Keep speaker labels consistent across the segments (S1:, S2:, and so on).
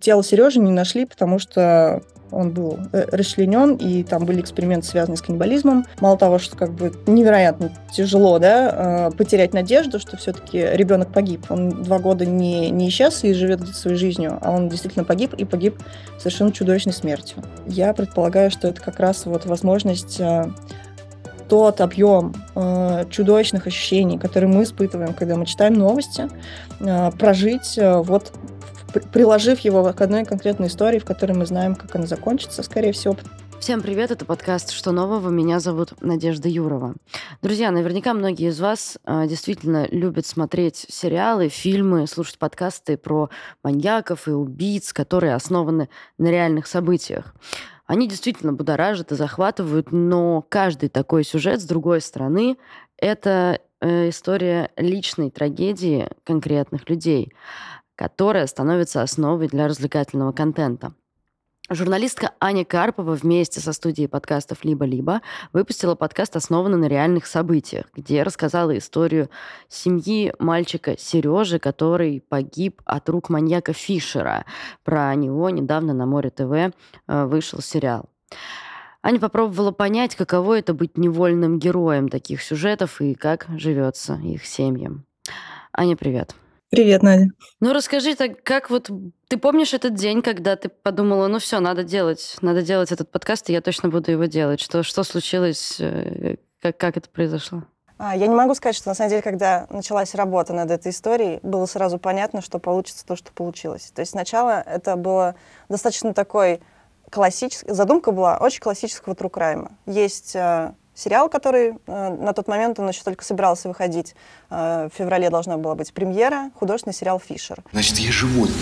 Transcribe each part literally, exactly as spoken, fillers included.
S1: тело Сережи не нашли, потому что он был расчленен, и там были эксперименты, связанные с каннибализмом. Мало того, что как бы невероятно тяжело, да, потерять надежду, что все-таки ребенок погиб. Он два года не, не исчез и живет где-то своей жизнью, а он действительно погиб, и погиб совершенно чудовищной смертью. Я предполагаю, что это как раз вот возможность тот объем э, чудовищных ощущений, которые мы испытываем, когда мы читаем новости, э, прожить, э, вот, приложив его к одной конкретной истории, в которой мы знаем, как она закончится, скорее всего.
S2: Всем привет, это подкаст «Что нового?». Меня зовут Надежда Юрова. Друзья, наверняка многие из вас э, действительно любят смотреть сериалы, фильмы, слушать подкасты про маньяков и убийц, которые основаны на реальных событиях. Они действительно будоражат и захватывают, но каждый такой сюжет, с другой стороны, это э, история личной трагедии конкретных людей, которая становится основой для развлекательного контента. Журналистка Аня Карпова вместе со студией подкастов «Либо-либо» выпустила подкаст, основанный на реальных событиях, где рассказала историю семьи мальчика Сережи, который погиб от рук маньяка Фишера. Про него недавно на Море ТВ вышел сериал. Аня попробовала понять, каково это быть невольным героем таких сюжетов и как живется их семьям. Аня, привет.
S1: Привет, Надя.
S2: Ну, расскажи, так как вот ты помнишь этот день, когда ты подумала, ну все, надо делать, надо делать этот подкаст, и я точно буду его делать. Что, что случилось, как, как это произошло?
S3: А, я не могу сказать, что на самом деле, когда началась работа над этой историей, было сразу понятно, что получится то, что получилось. То есть сначала это было достаточно такой классический, задумка была очень классического true crime. Есть э, сериал, который э, на тот момент он еще только собирался выходить. Э, в феврале должна была быть премьера, художественный сериал «Фишер».
S4: Значит, я животное.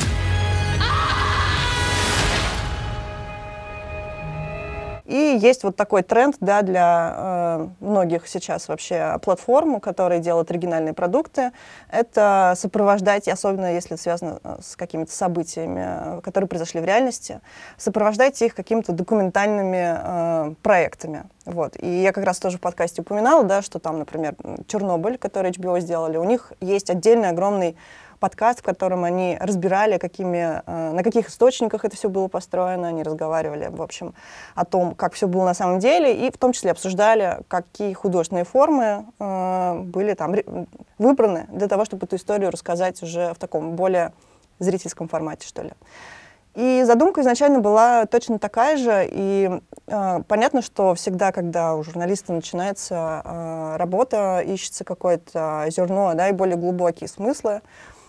S3: И есть вот такой тренд, да, для э, многих сейчас вообще платформ, которые делают оригинальные продукты, это сопровождать, особенно если это связано с какими-то событиями, которые произошли в реальности, сопровождать их какими-то документальными э, проектами. Вот. И я как раз тоже в подкасте упоминала, да, что там, например, «Чернобыль», который эйч би о сделали, у них есть отдельный огромный подкаст, в котором они разбирали, какими, э, на каких источниках это все было построено, они разговаривали, в общем, о том, как все было на самом деле, и в том числе обсуждали, какие художественные формы э, были там выбраны для того, чтобы эту историю рассказать уже в таком более зрительском формате, что ли. И задумка изначально была точно такая же, и э, понятно, что всегда, когда у журналиста начинается э, работа, ищется какое-то зерно, да, и более глубокие смыслы.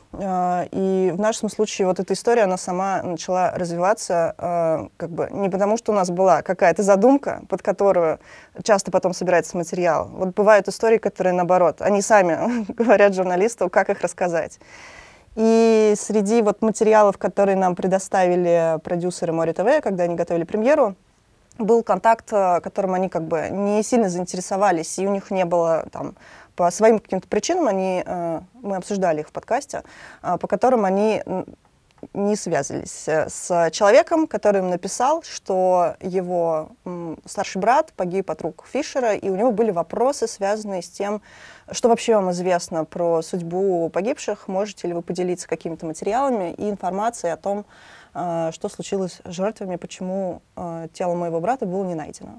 S3: И в нашем случае вот эта история, она сама начала развиваться э, как бы не потому, что у нас была какая-то задумка, под которую часто потом собирается материал. Вот бывают истории, которые наоборот, они сами говорят журналисту, как их рассказать. И среди вот материалов, которые нам предоставили продюсеры Море ТВ, когда они готовили премьеру, был контакт, которым они как бы не сильно заинтересовались, и у них не было там по своим каким-то причинам, они, мы обсуждали их в подкасте, по которым они не связывались с человеком, который им написал, что его старший брат погиб от рук Фишера, и у него были вопросы, связанные с тем, что вообще вам известно про судьбу погибших, можете ли вы поделиться какими-то материалами и информацией о том, что случилось с жертвами, почему тело моего брата было не найдено.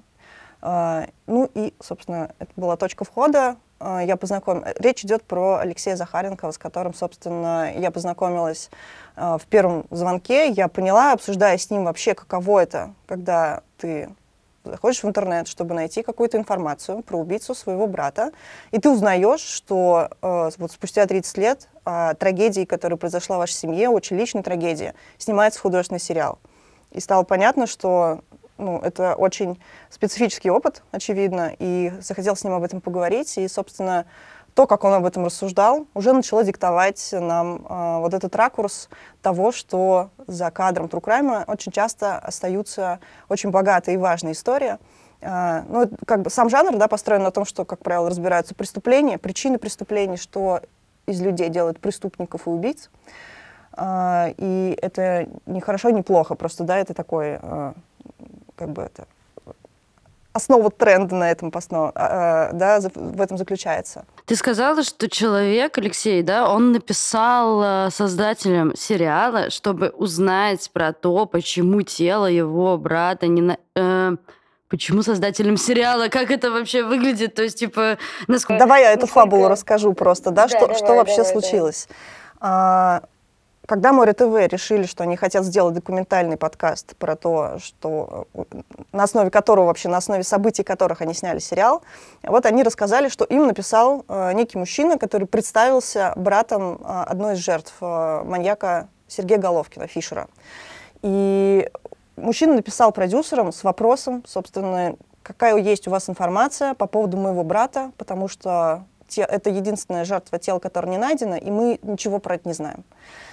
S3: Ну и, собственно, это была точка входа. Я познаком... Речь идет про Алексея Захаренкова, с которым, собственно, я познакомилась в первом звонке. Я поняла, обсуждая с ним вообще, каково это, когда ты заходишь в интернет, чтобы найти какую-то информацию про убийцу своего брата, и ты узнаешь, что э, вот спустя тридцать лет о трагедии, которая произошла в вашей семье, очень личной трагедии, снимается художественный сериал. И стало понятно, что ну, это очень специфический опыт, очевидно, и захотел с ним об этом поговорить, и, собственно, то, как он об этом рассуждал, уже начало диктовать нам э, вот этот ракурс того, что за кадром true crime очень часто остаются очень богатые и важные истории. Э, ну, как бы сам жанр, да, построен на том, что, как правило, разбираются преступления, причины преступлений, что из людей делает преступников и убийц. Э, и это не хорошо, не плохо, просто, да, это такой, э, как бы это... основа тренда на этом, да, в этом заключается.
S2: Ты сказала, что человек, Алексей, да, он написал э, создателям сериала, чтобы узнать про то, почему тело его брата не... на- э, почему создателям сериала, как это вообще выглядит, то есть, типа, насколько...
S3: Давай я эту фабулу
S2: насколько...
S3: расскажу просто, да,
S2: Да,
S3: что, что
S2: давай,
S3: вообще
S2: давай, да.
S3: случилось. А, Когда Море ТВ решили, что они хотят сделать документальный подкаст про то, что, на основе которого вообще, на основе событий которых они сняли сериал, вот они рассказали, что им написал э, некий мужчина, который представился братом э, одной из жертв э, маньяка Сергея Головкина, Фишера. И мужчина написал продюсерам с вопросом, собственно, какая есть у вас информация по поводу моего брата, потому что те, это единственная жертва тела, которая не найдена, и мы ничего про это не знаем.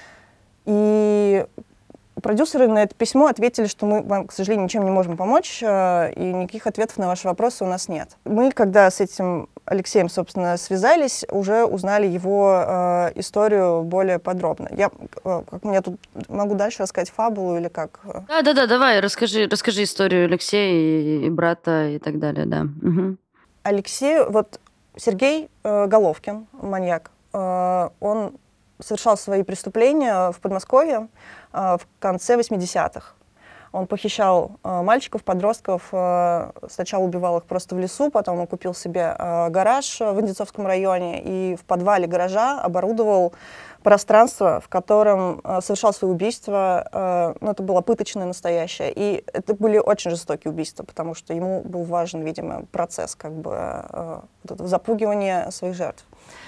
S3: И продюсеры на это письмо ответили, что мы вам, к сожалению, ничем не можем помочь, э, и никаких ответов на ваши вопросы у нас нет. Мы, когда с этим Алексеем, собственно, связались, уже узнали его э, историю более подробно. Я, э, как мне тут могу дальше рассказать фабулу или как?
S2: Да, да, да, давай, расскажи, расскажи историю Алексея и, и брата и так далее, да. Угу.
S3: Алексей, вот Сергей э, Головкин, маньяк, э, он совершал свои преступления в Подмосковье э, в конце восьмидесятых. Он похищал э, мальчиков, подростков, э, сначала убивал их просто в лесу, потом он купил себе э, гараж в Индецовском районе и в подвале гаража оборудовал пространство, в котором э, совершал свои убийства. Э, ну, это было пыточное настоящее. И это были очень жестокие убийства, потому что ему был важен, видимо, процесс как бы э, вот этого запугивания своих жертв.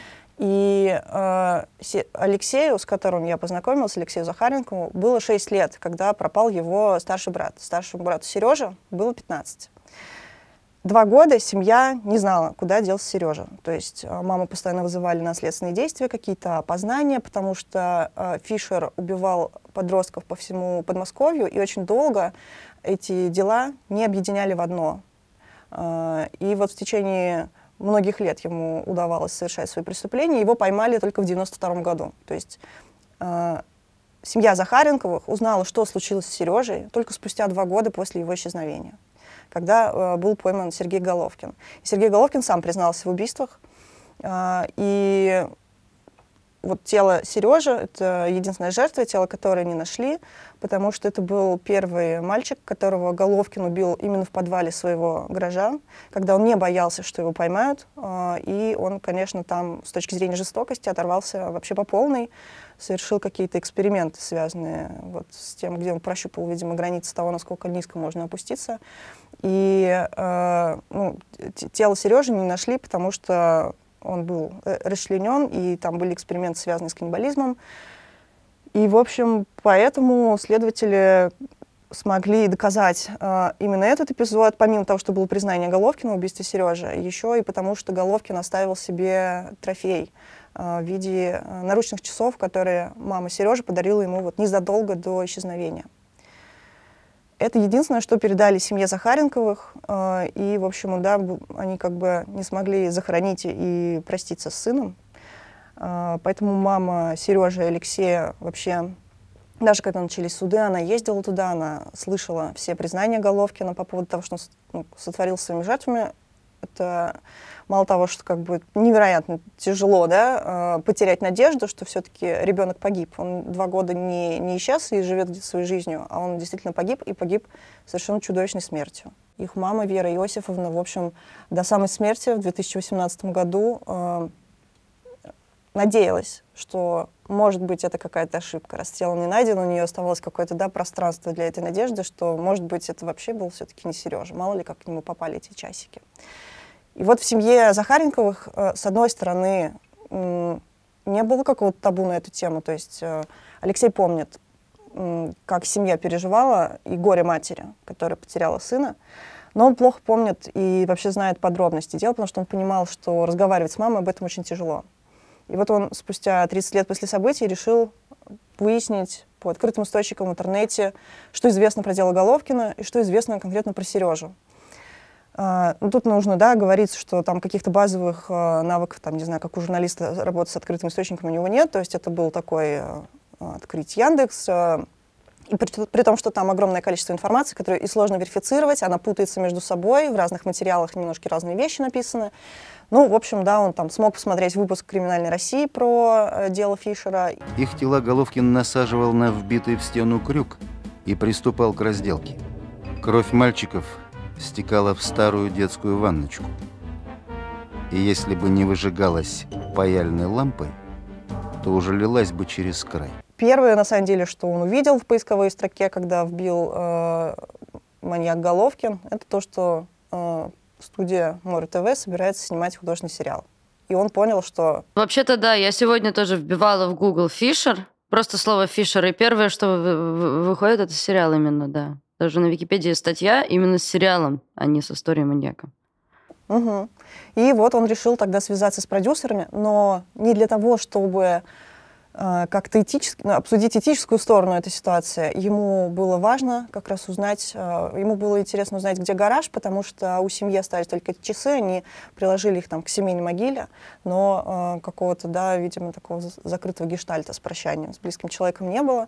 S3: И э, Алексею, с которым я познакомилась, Алексею Захаренкову, было шесть лет, когда пропал его старший брат. Старшему брату Сереже было пятнадцать. Два года семья не знала, куда делся Сережа. То есть э, маму постоянно вызывали на следственные действия, какие-то опознания, потому что э, Фишер убивал подростков по всему Подмосковью, и очень долго эти дела не объединяли в одно. Э, и вот в течение многих лет ему удавалось совершать свои преступления, его поймали только в девяносто втором году. То есть э, семья Захаренковых узнала, что случилось с Сережей, только спустя два года после его исчезновения, когда э, был пойман Сергей Головкин. И Сергей Головкин сам признался в убийствах, э, и вот тело Сережи — это единственная жертва, тело которой не нашли, потому что это был первый мальчик, которого Головкин убил именно в подвале своего гаража, когда он не боялся, что его поймают. И он, конечно, там с точки зрения жестокости оторвался вообще по полной, совершил какие-то эксперименты, связанные вот с тем, где он прощупал, видимо, границы того, насколько низко можно опуститься. И э, ну, тело Сережи не нашли, потому что он был расчленен, и там были эксперименты, связанные с каннибализмом. И, в общем, поэтому следователи смогли доказать э, именно этот эпизод, помимо того, что было признание Головкина в убийстве Сережи, еще и потому, что Головкин оставил себе трофей э, в виде э, наручных часов, которые мама Сережи подарила ему вот незадолго до исчезновения. Это единственное, что передали семье Захаренковых, э, и, в общем, да, они как бы не смогли захоронить и проститься с сыном. Э, поэтому мама Сережи и Алексея вообще, даже когда начались суды, она ездила туда, она слышала все признания Головкина по поводу того, что он ну, сотворил с своими жертвами. Это мало того, что как бы невероятно тяжело, да, э, потерять надежду, что все-таки ребенок погиб. Он два года не, не исчез и живет где-то своей жизнью, а он действительно погиб, и погиб совершенно чудовищной смертью. Их мама Вера Иосифовна, в общем, до самой смерти в две тысячи восемнадцатом году э, надеялась, что, может быть, это какая-то ошибка. Раз тело не найдено, у нее оставалось какое-то, да, пространство для этой надежды, что, может быть, это вообще был все-таки не Сережа. Мало ли, как к нему попали эти часики. И вот в семье Захаренковых, э, с одной стороны, э, не было какого-то табу на эту тему. То есть э, Алексей помнит, э, как семья переживала и горе матери, которая потеряла сына. Но он плохо помнит и вообще знает подробности дела, потому что он понимал, что разговаривать с мамой об этом очень тяжело. И вот он спустя тридцать лет после событий решил выяснить по открытым источникам в интернете, что известно про дело Головкина и что известно конкретно про Сережу. Uh, ну, тут нужно, да, говорить, что там каких-то базовых uh, навыков, там, не знаю, как у журналиста работать с открытым источником у него нет, то есть это был такой uh, открыть Яндекс, uh, И при, при том, что там огромное количество информации, которую и сложно верифицировать, она путается между собой, в разных материалах немножко разные вещи написаны. Ну, в общем, да, он там смог посмотреть выпуск «Криминальной России» про э, дело Фишера.
S4: Их тела Головкин насаживал на вбитый в стену крюк и приступал к разделке. Кровь мальчиков стекала в старую детскую ванночку. И если бы не выжигалась паяльной лампой, то уже лилась бы через край.
S3: Первое, на самом деле, что он увидел в поисковой строке, когда вбил э, «Маньяк Головкин», это то, что э, студия Море ТВ собирается снимать художественный сериал. И он понял, что...
S2: Вообще-то да, я сегодня тоже вбивала в Google «Фишер», просто слово «Фишер», и первое, что вы- вы- выходит, это сериал именно, да. Даже на Википедии статья именно с сериалом, а не с историей маньяка.
S3: Угу. И вот он решил тогда связаться с продюсерами, но не для того, чтобы э, как-то этически, ну, обсудить этическую сторону этой ситуации. Ему было важно как раз узнать, э, ему было интересно узнать, где гараж, потому что у семьи остались только эти часы, они приложили их там к семейной могиле, но э, какого-то, да, видимо, такого закрытого гештальта с прощанием с близким человеком не было.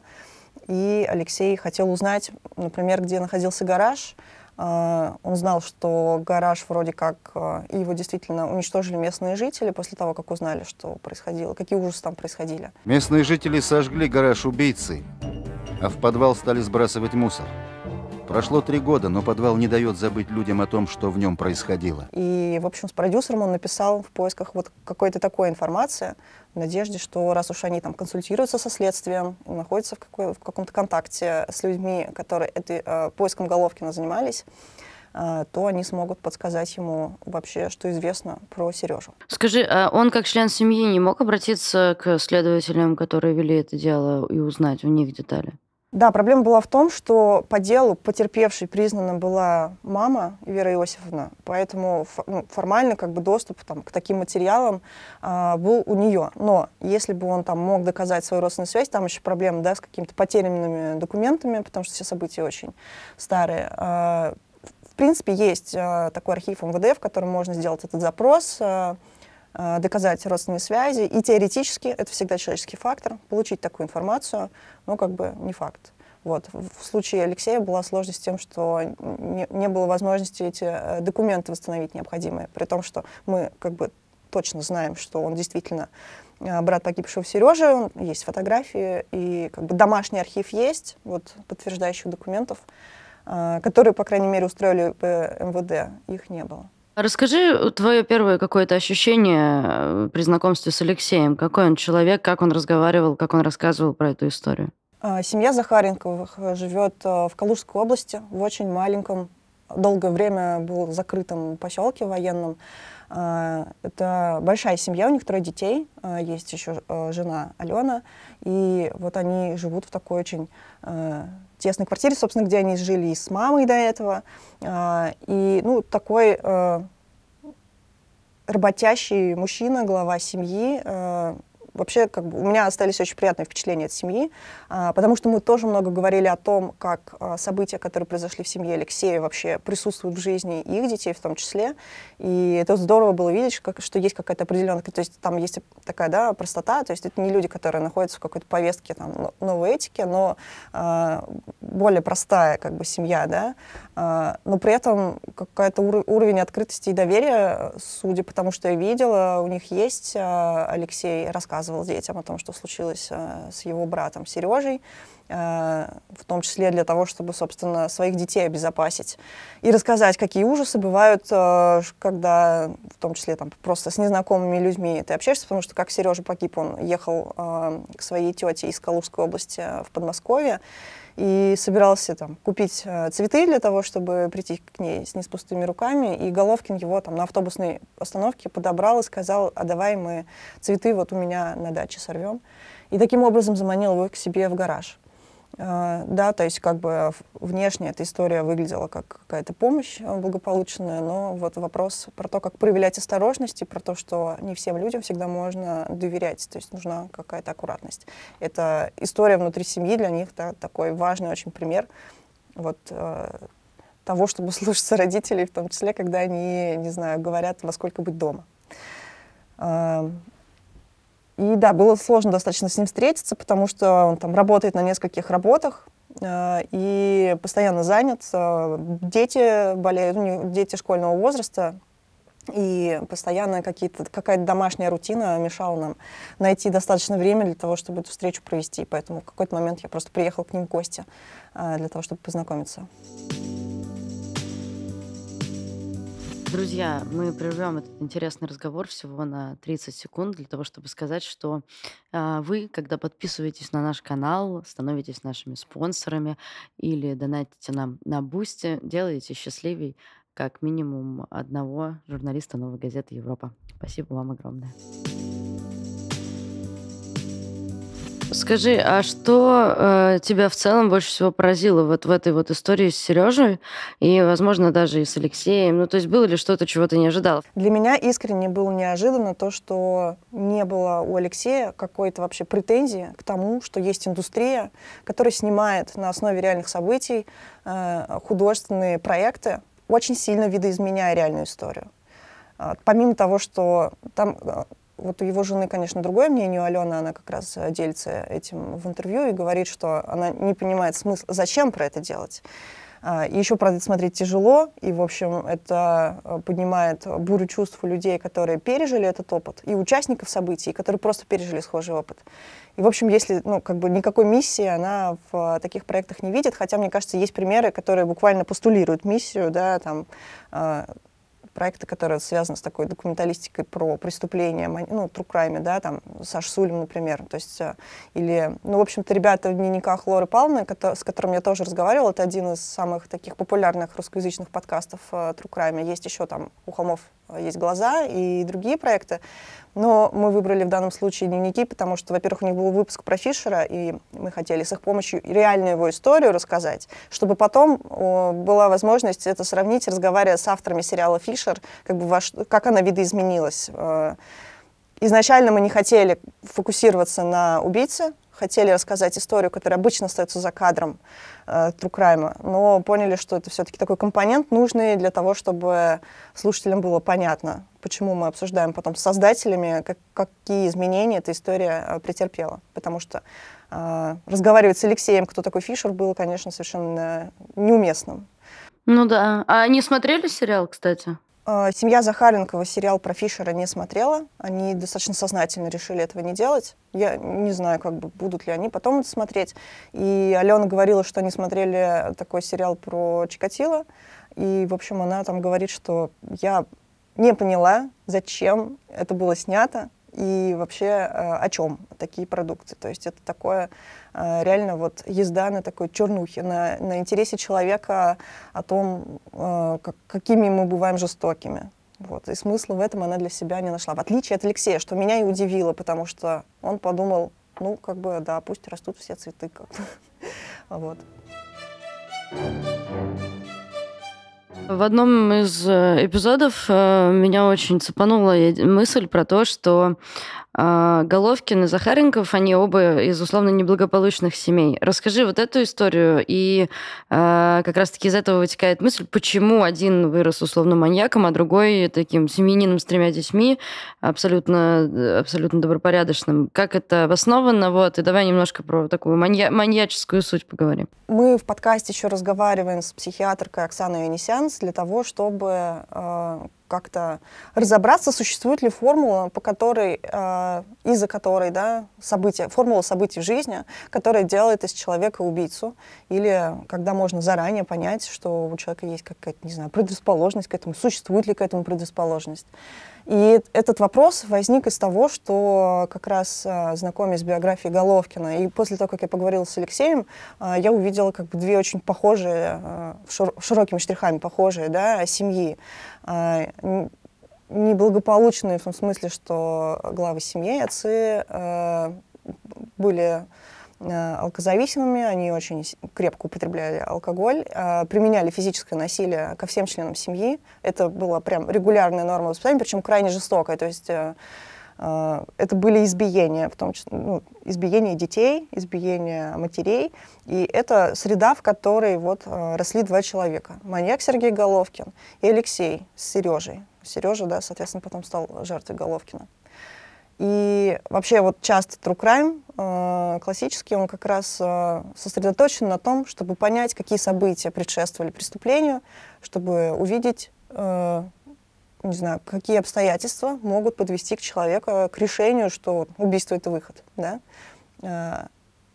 S3: И Алексей хотел узнать, например, где находился гараж. Uh, он знал, что гараж вроде как, uh, его действительно уничтожили местные жители после того, как узнали, что происходило, какие ужасы там происходили.
S4: Местные жители сожгли гараж убийцы, а в подвал стали сбрасывать мусор. Прошло три года, но подвал не дает забыть людям о том, что в нем происходило.
S3: И, в общем, с продюсером он написал в поисках вот какой-то такой информации, в надежде, что раз уж они там консультируются со следствием, находятся в, какой, в каком-то контакте с людьми, которые этой, э, поиском Головкина занимались, э, то они смогут подсказать ему вообще, что известно про Сережу.
S2: Скажи, а он как член семьи не мог обратиться к следователям, которые вели это дело, и узнать у них детали?
S3: Да, проблема была в том, что по делу потерпевшей признана была мама Вера Иосифовна, поэтому ну, формально как бы доступ там, к таким материалам а, был у нее. Но если бы он там мог доказать свою родственную связь, там еще проблема, да, с какими-то потерянными документами, потому что все события очень старые. А, в принципе, есть а, такой архив эм вэ дэ, в котором можно сделать этот запрос, а, доказать родственные связи, и теоретически, это всегда человеческий фактор, получить такую информацию, но как бы не факт. Вот. В случае Алексея была сложность с тем, что не, не было возможности эти документы восстановить необходимые, при том, что мы как бы точно знаем, что он действительно брат погибшего Сережи, есть фотографии, и как бы домашний архив есть, вот, подтверждающих документов, которые, по крайней мере, устроили эм вэ дэ, их не было.
S2: Расскажи твое первое какое-то ощущение при знакомстве с Алексеем. Какой он человек, как он разговаривал, как он рассказывал про эту историю?
S3: Семья Захаренковых живет в Калужской области, в очень маленьком, долгое время был закрытом поселке военном. Это большая семья, у них трое детей, есть еще жена Алена, и вот они живут в такой очень тесной квартире, собственно, где они жили и с мамой до этого. И, ну, такой работящий мужчина, глава семьи. Вообще, как бы, у меня остались очень приятные впечатления от семьи, а, потому что мы тоже много говорили о том, как а, события, которые произошли в семье Алексея, вообще присутствуют в жизни их детей в том числе. И это здорово было видеть, как, что есть какая-то определенная... То есть там есть такая, да, простота, то есть это не люди, которые находятся в какой-то повестке там, новой этики, но а, более простая как бы семья, да, а, но при этом какой-то ур- уровень открытости и доверия, судя по тому, что я видела, у них есть. А, Алексей рассказывал детям о том, что случилось э, с его братом Сережей, э, в том числе для того, чтобы, собственно, своих детей обезопасить. И рассказать, какие ужасы бывают, э, когда, в том числе, там, просто с незнакомыми людьми ты общаешься, потому что, как Сережа погиб, он ехал э, к своей тете из Калужской области в Подмосковье, и собирался там купить э, цветы для того, чтобы прийти к ней с не с пустыми руками, и Головкин его там на автобусной остановке подобрал и сказал: а давай мы цветы вот у меня на даче сорвем. И таким образом заманил его к себе в гараж. Э, да, то есть как бы внешне эта история выглядела как какая-то помощь благополучная, но вот вопрос про то, как проявлять осторожность, и про то, что не всем людям всегда можно доверять, то есть нужна какая-то аккуратность. Это история внутри семьи для них, да, такой важный очень пример вот, э, того, чтобы слушаться родителей, в том числе, когда они, не знаю, говорят, во сколько быть дома. Э, И да, было сложно достаточно с ним встретиться, потому что он там работает на нескольких работах, э, и постоянно занят. Э, дети болеют, у них дети школьного возраста, и постоянно какие-то, какая-то домашняя рутина мешала нам найти достаточно времени для того, чтобы эту встречу провести. Поэтому в какой-то момент я просто приехала к ним в гости э, для того, чтобы познакомиться.
S2: Друзья, мы прервем этот интересный разговор всего на тридцать секунд для того, чтобы сказать, что а, вы, когда подписываетесь на наш канал, становитесь нашими спонсорами или донатите нам на Бусти, делаете счастливей как минимум одного журналиста «Новой газеты Европа». Спасибо вам огромное. Скажи, а что э, тебя в целом больше всего поразило вот в этой вот истории с Сережей и, возможно, даже и с Алексеем? Ну, то есть было ли что-то, чего ты не ожидал?
S3: Для меня искренне было неожиданно то, что не было у Алексея какой-то вообще претензии к тому, что есть индустрия, которая снимает на основе реальных событий э, художественные проекты, очень сильно видоизменяя реальную историю. Э, помимо того, что там... Э, Вот у его жены, конечно, другое мнение, у Алены, она как раз делится этим в интервью и говорит, что она не понимает смысла, зачем про это делать. И еще, правда, смотреть тяжело, и, в общем, это поднимает бурю чувств у людей, которые пережили этот опыт, и участников событий, которые просто пережили схожий опыт. И, в общем, если, ну, как бы никакой миссии она в таких проектах не видит, хотя, мне кажется, есть примеры, которые буквально постулируют миссию, да, там, проекты, которые связаны с такой документалистикой про преступления, ну, true crime, да, там, Саша Сулим, например, то есть, или, ну, в общем-то, ребята в дневниках Лоры Павловны, с которым я тоже разговаривала, это один из самых таких популярных русскоязычных подкастов true crime, есть еще там «У холмов есть глаза» и другие проекты, но мы выбрали в данном случае дневники, потому что, во-первых, у них был выпуск про Фишера, и мы хотели с их помощью реальную его историю рассказать, чтобы потом о, была возможность это сравнить, разговаривая с авторами сериала «Фишер», как бы ваш, как она видоизменилась. Изначально мы не хотели фокусироваться на убийце, хотели рассказать историю, которая обычно остается за кадром э, true crime, но поняли, что это все-таки такой компонент, нужный для того, чтобы слушателям было понятно, почему мы обсуждаем потом с создателями, как, какие изменения эта история э, претерпела. Потому что э, разговаривать с Алексеем, кто такой Фишер, было, конечно, совершенно неуместным.
S2: Ну да. А они смотрели сериал, кстати?
S3: Семья Захаренкова сериал про Фишера не смотрела. Они достаточно сознательно решили этого не делать. Я не знаю, как бы, будут ли они потом это смотреть. И Алена говорила, что они смотрели такой сериал про Чикатило. И, в общем, она там говорит, что я не поняла, зачем это было снято и вообще о чем такие продукты. То есть это такое реально вот езда на такой чернухе, на, на интересе человека о том, как, какими мы бываем жестокими. Вот. И смысла в этом она для себя не нашла. В отличие от Алексея, что меня и удивило, потому что он подумал, ну, как бы, да, пусть растут все цветы. Как бы. Вот.
S2: В одном из эпизодов э, меня очень цепанула мысль про то, что э, Головкин и Захаренков, они оба из условно неблагополучных семей. Расскажи вот эту историю, и э, как раз-таки из этого вытекает мысль, почему один вырос условно маньяком, а другой таким семьянином с тремя детьми, абсолютно, абсолютно добропорядочным. Как это обосновано? Вот, и давай немножко про такую манья- маньяческую суть поговорим.
S3: Мы в подкасте еще разговариваем с психиатркой Оксаной Ионисян для того, чтобы э, как-то разобраться, существует ли формула, по которой, э, из-за которой, да, события, формула событий в жизни, которая делает из человека убийцу, или когда можно заранее понять, что у человека есть какая-то, не знаю, предрасположенность к этому, существует ли к этому предрасположенность. И этот вопрос возник из того, что как раз э, знакомясь с биографией Головкина, и после того, как я поговорила с Алексеем, э, я увидела как бы две очень похожие, э, шир- широкими штрихами похожие, да, семьи. Э, неблагополучные в том смысле, что главы семьи, отцы э, были алкозависимыми, они очень крепко употребляли алкоголь, применяли физическое насилие ко всем членам семьи. Это была прям регулярная норма воспитания, причем крайне жестокая. То есть это были избиения, в том числе, ну, избиения детей, избиения матерей. И это среда, в которой вот росли два человека. Маньяк Сергей Головкин и Алексей с Сережей. Сережа, да, соответственно, потом стал жертвой Головкина. И вообще вот часто true crime э, классический, он как раз э, сосредоточен на том, чтобы понять, какие события предшествовали преступлению, чтобы увидеть, э, не знаю, какие обстоятельства могут подвести к человеку к решению, что убийство — это выход, да? Э,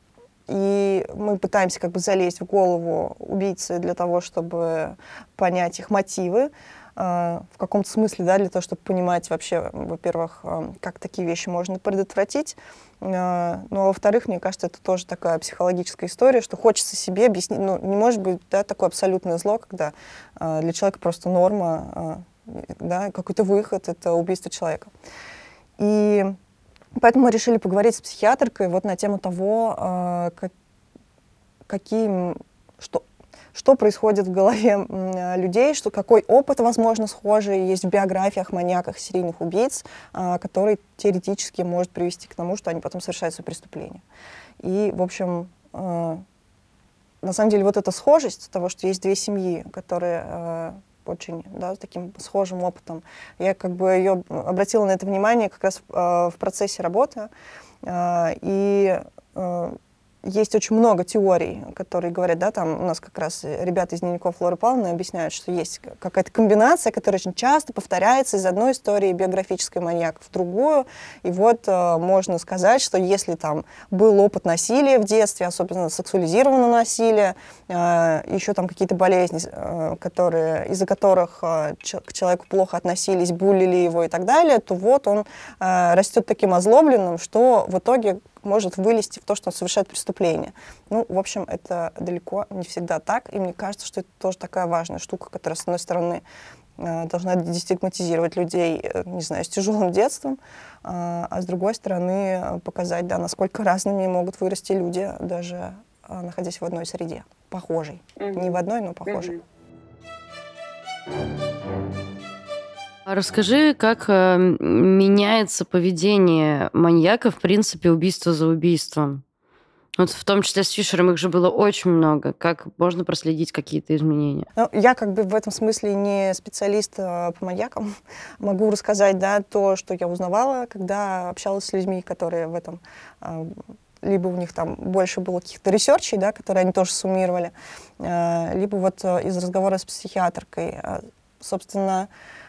S3: и мы пытаемся как бы залезть в голову убийцы для того, чтобы понять их мотивы, в каком-то смысле, да, для того, чтобы понимать вообще, во-первых, как такие вещи можно предотвратить, но, во-вторых, мне кажется, это тоже такая психологическая история, что хочется себе объяснить, ну, не может быть, да, такое абсолютное зло, когда для человека просто норма, да, какой-то выход — это убийство человека. И поэтому мы решили поговорить с психиатркой вот на тему того, как, какие, что, что происходит в голове людей, что, какой опыт, возможно, схожий есть в биографиях маньяков, серийных убийц, который теоретически может привести к тому, что они потом совершают свои преступления. И, в общем, на самом деле вот эта схожесть того, что есть две семьи, которые очень, да, с таким схожим опытом, я как бы ее обратила на это внимание как раз в процессе работы. И есть очень много теорий, которые говорят, да, там у нас как раз ребята из дневников Лоры Павловны объясняют, что есть какая-то комбинация, которая очень часто повторяется из одной истории биографической маньяка в другую. И вот э, можно сказать, что если там был опыт насилия в детстве, особенно сексуализированного насилия, э, еще там какие-то болезни, э, которые, из-за которых э, ч- к человеку плохо относились, буллили его и так далее, то вот он э, растет таким озлобленным, что в итоге может вылезти в то, что он совершает преступление. Ну, в общем, это далеко не всегда так, и мне кажется, что это тоже такая важная штука, которая, с одной стороны, должна дестигматизировать людей, не знаю, с тяжелым детством, а с другой стороны, показать, да, насколько разными могут вырасти люди, даже находясь в одной среде, похожей. Mm-hmm. Не в одной, но похожей.
S2: Mm-hmm. Расскажи, как э, меняется поведение маньяка, в принципе, убийство за убийством. Вот в том числе с Фишером их же было очень много. Как можно проследить какие-то изменения?
S3: Ну, я как бы в этом смысле не специалист а, по маньякам. Могу рассказать, да, то, что я узнавала, когда общалась с людьми, которые в этом... А, либо у них там больше было каких-то ресерчей, да, которые они тоже суммировали, а, либо вот а, из разговора с психиатркой. А, собственно,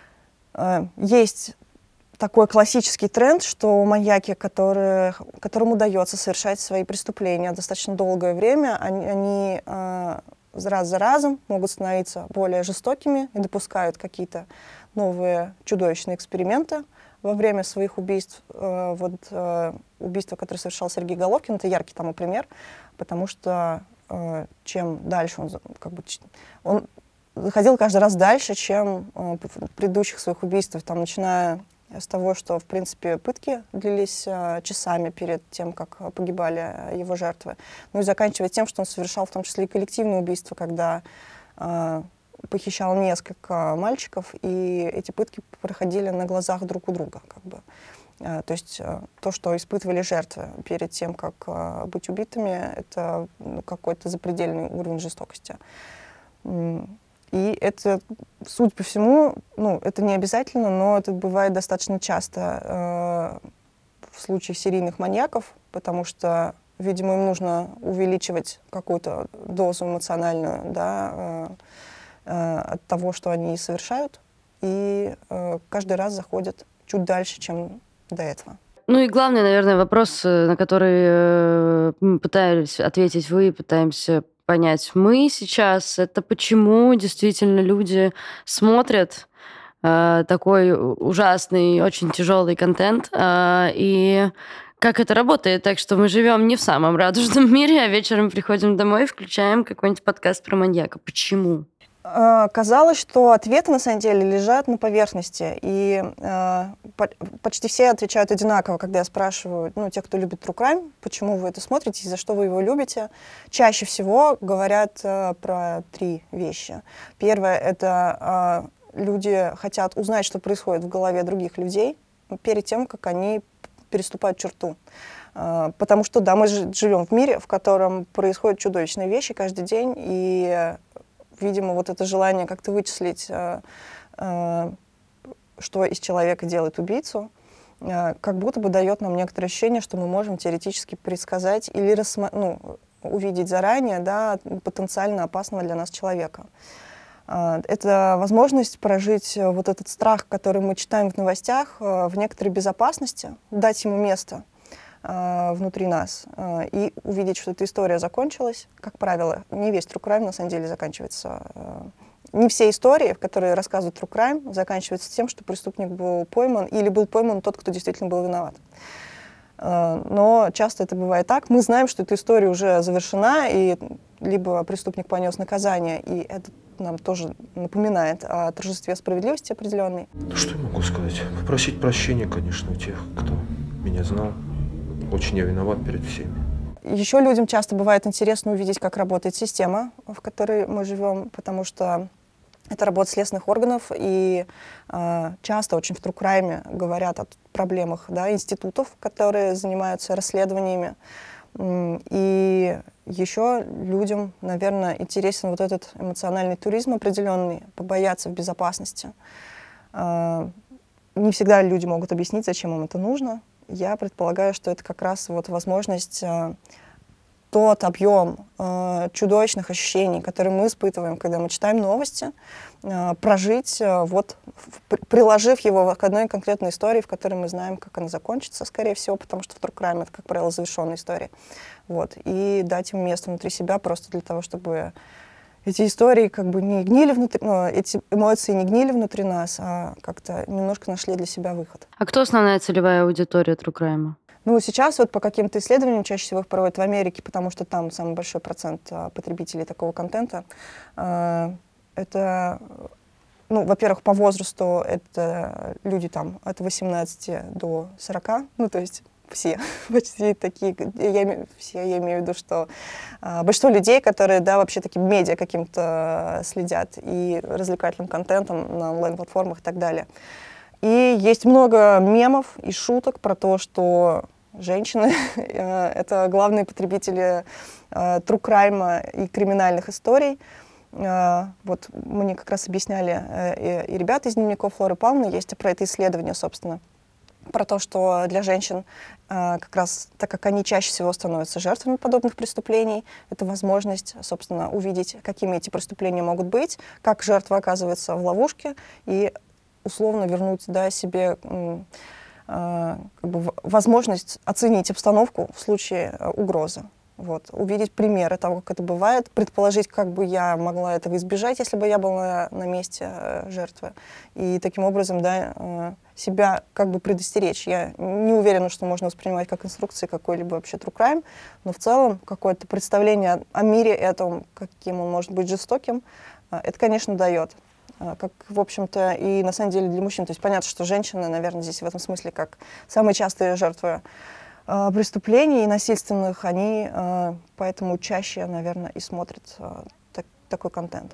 S3: есть такой классический тренд, что маньяки, которые, которым удается совершать свои преступления достаточно долгое время, они, они э, раз за разом могут становиться более жестокими и допускают какие-то новые чудовищные эксперименты во время своих убийств. Э, вот э, убийство, которое совершал Сергей Головкин, это яркий тому пример, потому что э, чем дальше он, как бы, он заходил каждый раз дальше, чем э, в предыдущих своих убийствах, там, начиная с того, что, в принципе, пытки длились э, часами перед тем, как погибали его жертвы, ну и заканчивая тем, что он совершал в том числе и коллективные убийства, когда э, похищал несколько мальчиков, и эти пытки проходили на глазах друг у друга, как бы. Э, то есть э, то, что испытывали жертвы перед тем, как э, быть убитыми, это ну, какой-то запредельный уровень жестокости. И это, судя по всему, ну, это не обязательно, но это бывает достаточно часто э, в случае серийных маньяков, потому что, видимо, им нужно увеличивать какую-то дозу эмоциональную, да, э, э, от того, что они совершают, и э, каждый раз заходят чуть дальше, чем до этого.
S2: Ну и главный, наверное, вопрос, на который мы пытались ответить вы, пытаемся понять мы сейчас, это почему действительно люди смотрят э, такой ужасный, очень тяжелый контент, э, и как это работает. Так что мы живем не в самом радужном мире, а вечером приходим домой и включаем какой-нибудь подкаст про маньяка. Почему?
S3: Казалось, что ответы на самом деле лежат на поверхности, и э, по- почти все отвечают одинаково, когда я спрашиваю, ну, те, кто любит true crime, почему вы это смотрите, за что вы его любите. Чаще всего говорят э, про три вещи. Первое — это э, люди хотят узнать, что происходит в голове других людей перед тем, как они переступают черту. Э, потому что, да, мы живем в мире, в котором происходят чудовищные вещи каждый день, и видимо, вот это желание как-то вычислить, э, э, что из человека делает убийцу, э, как будто бы дает нам некоторое ощущение, что мы можем теоретически предсказать или рассма- ну, увидеть заранее, да, потенциально опасного для нас человека. Э, это возможность прожить вот этот страх, который мы читаем в новостях, э, в некоторой безопасности, дать ему место э, внутри нас э, и увидеть, что эта история закончилась. Как правило, не весь true crime на самом деле заканчивается. Э, не все истории, которые рассказывают true crime, заканчиваются тем, что преступник был пойман или был пойман тот, кто действительно был виноват. Э, но часто это бывает так. Мы знаем, что эта история уже завершена, и либо преступник понес наказание, и это нам тоже напоминает о торжестве справедливости определенной.
S5: Ну, что я могу сказать? Попросить прощения, конечно, у тех, кто меня знал. Очень я виноват перед всеми.
S3: Еще людям часто бывает интересно увидеть, как работает система, в которой мы живем, потому что это работа следственных органов, и э, часто очень в true crime говорят о проблемах, да, институтов, которые занимаются расследованиями. И еще людям, наверное, интересен вот этот эмоциональный туризм определенный, побояться в безопасности. Э, не всегда люди могут объяснить, зачем им это нужно. Я предполагаю, что это как раз вот возможность, э, тот объем э, чудовищных ощущений, которые мы испытываем, когда мы читаем новости, э, прожить, э, вот, в, приложив его к одной конкретной истории, в которой мы знаем, как она закончится, скорее всего, потому что в true crime это, как правило, завершенная история. Вот, и дать ему место внутри себя просто для того, чтобы эти истории как бы не гнили внутри, ну, эти эмоции не гнили внутри нас, а как-то немножко нашли для себя выход.
S2: А кто основная целевая аудитория true crime?
S3: Ну, сейчас вот по каким-то исследованиям чаще всего их проводят в Америке, потому что там самый большой процент а, потребителей такого контента. А, это, ну, во-первых, по возрасту это люди там от восемнадцати до сорока, ну, то есть все, почти такие, я, все, я имею в виду, что а, большинство людей, которые, да, вообще таким медиа каким-то следят и развлекательным контентом на онлайн-платформах и так далее. И есть много мемов и шуток про то, что женщины — это главные потребители true crime и криминальных историй. Вот мне как раз объясняли и ребята из дневников Флоры Павловны, есть про это исследование, собственно, про то, что для женщин, как раз так как они чаще всего становятся жертвами подобных преступлений, это возможность, собственно, увидеть, какими эти преступления могут быть, как жертва оказывается в ловушке, и условно вернуть, да, себе э, как бы возможность оценить обстановку в случае э, угрозы. Вот. Увидеть примеры того, как это бывает, предположить, как бы я могла этого избежать, если бы я была на месте э, жертвы. И таким образом, да, э, себя как бы предостеречь. Я не уверена, что можно воспринимать как инструкции какой-либо вообще true crime, но в целом какое-то представление о мире этом, каким он может быть жестоким, э, это, конечно, дает. Как, в общем-то, и на самом деле для мужчин. То есть понятно, что женщины, наверное, здесь в этом смысле как самые частые жертвы э, преступлений насильственных, они э, поэтому чаще, наверное, и смотрят э, так, такой контент.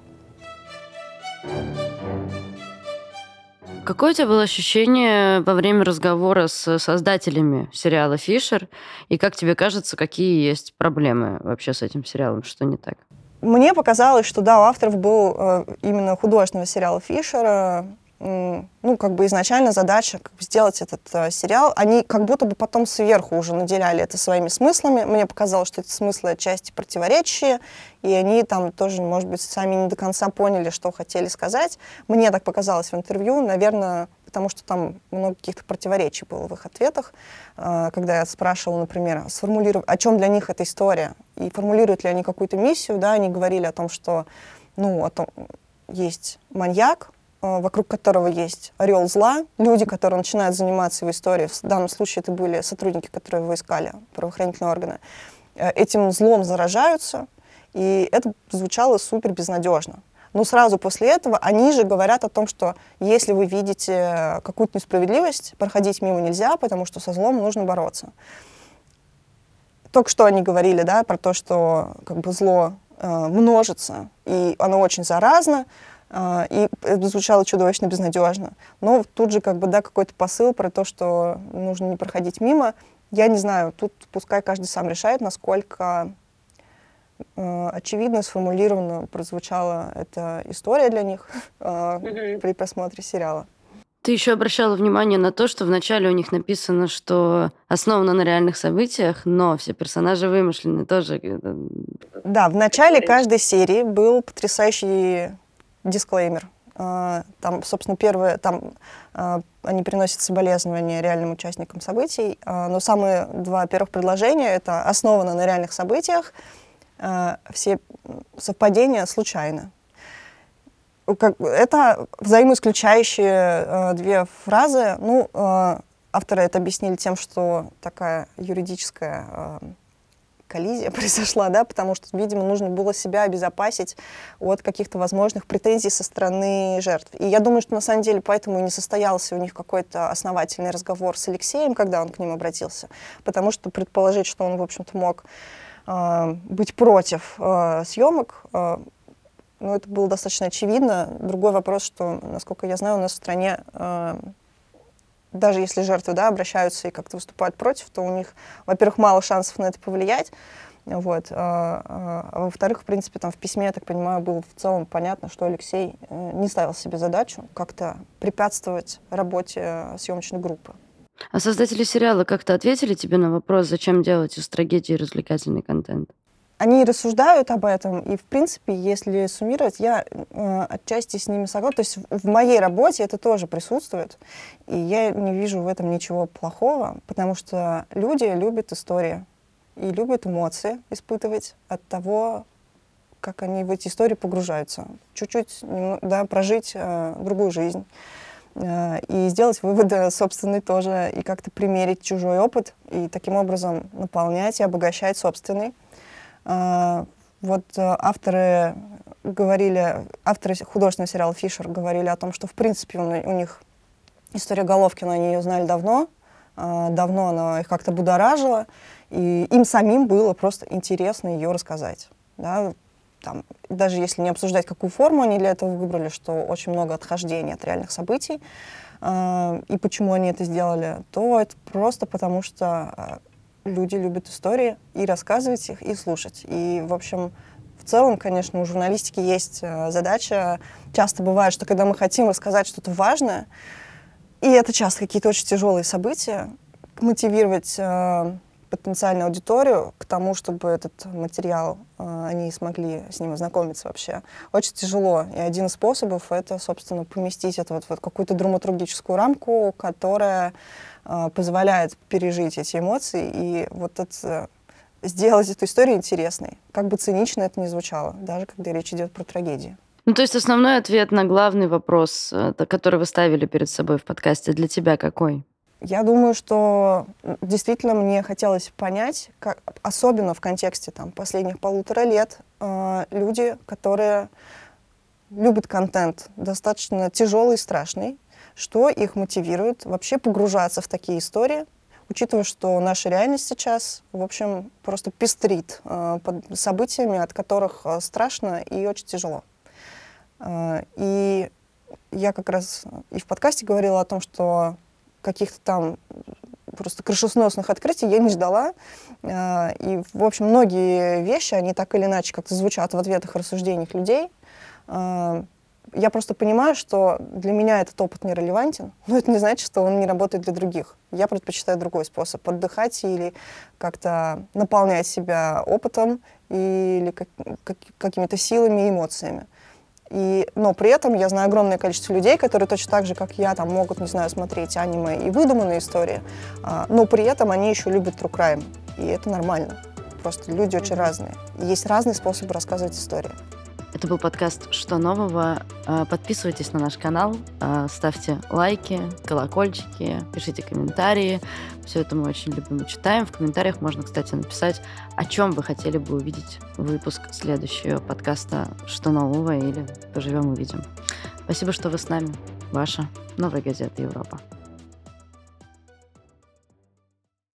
S2: Какое у тебя было ощущение во время разговора с создателями сериала «Фишер»? И как тебе кажется, какие есть проблемы вообще с этим сериалом? Что не так?
S3: Мне показалось, что да, у авторов был э, именно художественного сериала «Фишер», э, ну, как бы изначально задача как бы сделать этот э, сериал. Они как будто бы потом сверху уже наделяли это своими смыслами. Мне показалось, что эти смыслы отчасти противоречия, и они там тоже, может быть, сами не до конца поняли, что хотели сказать. Мне так показалось в интервью, наверное, потому что там много каких-то противоречий было в их ответах. Когда я спрашивала, например, сформулиров... о чем для них эта история, и формулируют ли они какую-то миссию, да, они говорили о том, что, ну, о том, есть маньяк, вокруг которого есть орел зла, люди, которые начинают заниматься его историей. В данном случае это были сотрудники, которые его искали, правоохранительные органы. Этим злом заражаются, и это звучало супер безнадежно. Но сразу после этого они же говорят о том, что если вы видите какую-то несправедливость, проходить мимо нельзя, потому что со злом нужно бороться. Только что они говорили, да, про то, что как бы зло э, множится, и оно очень заразно, э, и это звучало чудовищно безнадежно. Но тут же как бы, да, какой-то посыл про то, что нужно не проходить мимо. Я не знаю, тут пускай каждый сам решает, насколько э, очевидно, сформулированно прозвучала эта история для них э, при просмотре сериала.
S2: Ты еще обращала внимание на то, что вначале у них написано, что основано на реальных событиях, но все персонажи вымышлены тоже.
S3: Да, в начале каждой серии был потрясающий дисклеймер. А, Там, собственно, первое, там а, они приносят соболезнования реальным участникам событий, а, но самые два первых предложения — это основано на реальных событиях, а, все совпадения случайны. Как, это взаимоисключающие э, две фразы. Ну, э, авторы это объяснили тем, что такая юридическая э, коллизия произошла, да, потому что, видимо, нужно было себя обезопасить от каких-то возможных претензий со стороны жертв. И я думаю, что на самом деле поэтому и не состоялся у них какой-то основательный разговор с Алексеем, когда он к ним обратился, потому что предположить, что он, в общем-то, мог э, быть против э, съемок, э, ну, это было достаточно очевидно. Другой вопрос, что, насколько я знаю, у нас в стране, э, даже если жертвы, да, обращаются и как-то выступают против, то у них, во-первых, мало шансов на это повлиять, вот, а, а, а во-вторых, в принципе, там в письме, я так понимаю, было в целом понятно, что Алексей э, не ставил себе задачу как-то препятствовать работе съемочной группы.
S2: А создатели сериала как-то ответили тебе на вопрос, зачем делать из трагедии развлекательный контент?
S3: Они рассуждают об этом, и, в принципе, если суммировать, я э, отчасти с ними согласна. То есть в, в моей работе это тоже присутствует, и я не вижу в этом ничего плохого, потому что люди любят истории и любят эмоции испытывать от того, как они в эти истории погружаются. Чуть-чуть, да, прожить э, другую жизнь э, и сделать выводы собственные тоже, и как-то примерить чужой опыт, и таким образом наполнять и обогащать собственный. Uh, вот uh, авторы говорили, авторы художественного сериала «Фишер» говорили о том, что, в принципе, у, у них история Головкина, они ее знали давно, uh, давно она их как-то будоражила, и им самим было просто интересно ее рассказать. Да? Там, даже если не обсуждать, какую форму они для этого выбрали, что очень много отхождений от реальных событий, uh, и почему они это сделали, то это просто потому, что uh, люди любят истории, и рассказывать их, и слушать. И, в общем, в целом, конечно, у журналистики есть э, задача. Часто бывает, что когда мы хотим рассказать что-то важное, и это часто какие-то очень тяжелые события, мотивировать э, потенциальную аудиторию к тому, чтобы этот материал, э, они смогли с ним ознакомиться вообще, очень тяжело. И один из способов — это, собственно, поместить это вот в вот какую-то драматургическую рамку, которая позволяет пережить эти эмоции и вот это, сделать эту историю интересной. Как бы цинично это ни звучало, даже когда речь идет про трагедии.
S2: Ну, то есть основной ответ на главный вопрос, который вы ставили перед собой в подкасте, для тебя какой?
S3: Я думаю, что действительно мне хотелось понять, как, особенно в контексте там, последних полутора лет, э, люди, которые любят контент достаточно тяжелый и страшный, что их мотивирует вообще погружаться в такие истории, учитывая, что наша реальность сейчас, в общем, просто пестрит э, под событиями, от которых э, страшно и очень тяжело. Э, и я как раз и в подкасте говорила о том, что каких-то там просто крышесносных открытий я не ждала. Э, и, в общем, многие вещи, они так или иначе как-то звучат в ответах и рассуждениях людей. Э, Я просто понимаю, что для меня этот опыт не релевантен, но это не значит, что он не работает для других. Я предпочитаю другой способ — отдыхать или как-то наполнять себя опытом или как, как, какими-то силами и эмоциями. И, но при этом я знаю огромное количество людей, которые точно так же, как я, там, могут, не знаю, смотреть аниме и выдуманные истории, а, но при этом они еще любят true crime. И это нормально. Просто люди очень разные. И есть разные способы рассказывать истории.
S2: Это был подкаст «Что нового?». Подписывайтесь на наш канал, ставьте лайки, колокольчики, пишите комментарии. Все это мы очень любим и читаем. В комментариях можно, кстати, написать, о чем вы хотели бы увидеть выпуск следующего подкаста «Что нового?» или «Поживем, увидим». Спасибо, что вы с нами. Ваша Новая газета Европа.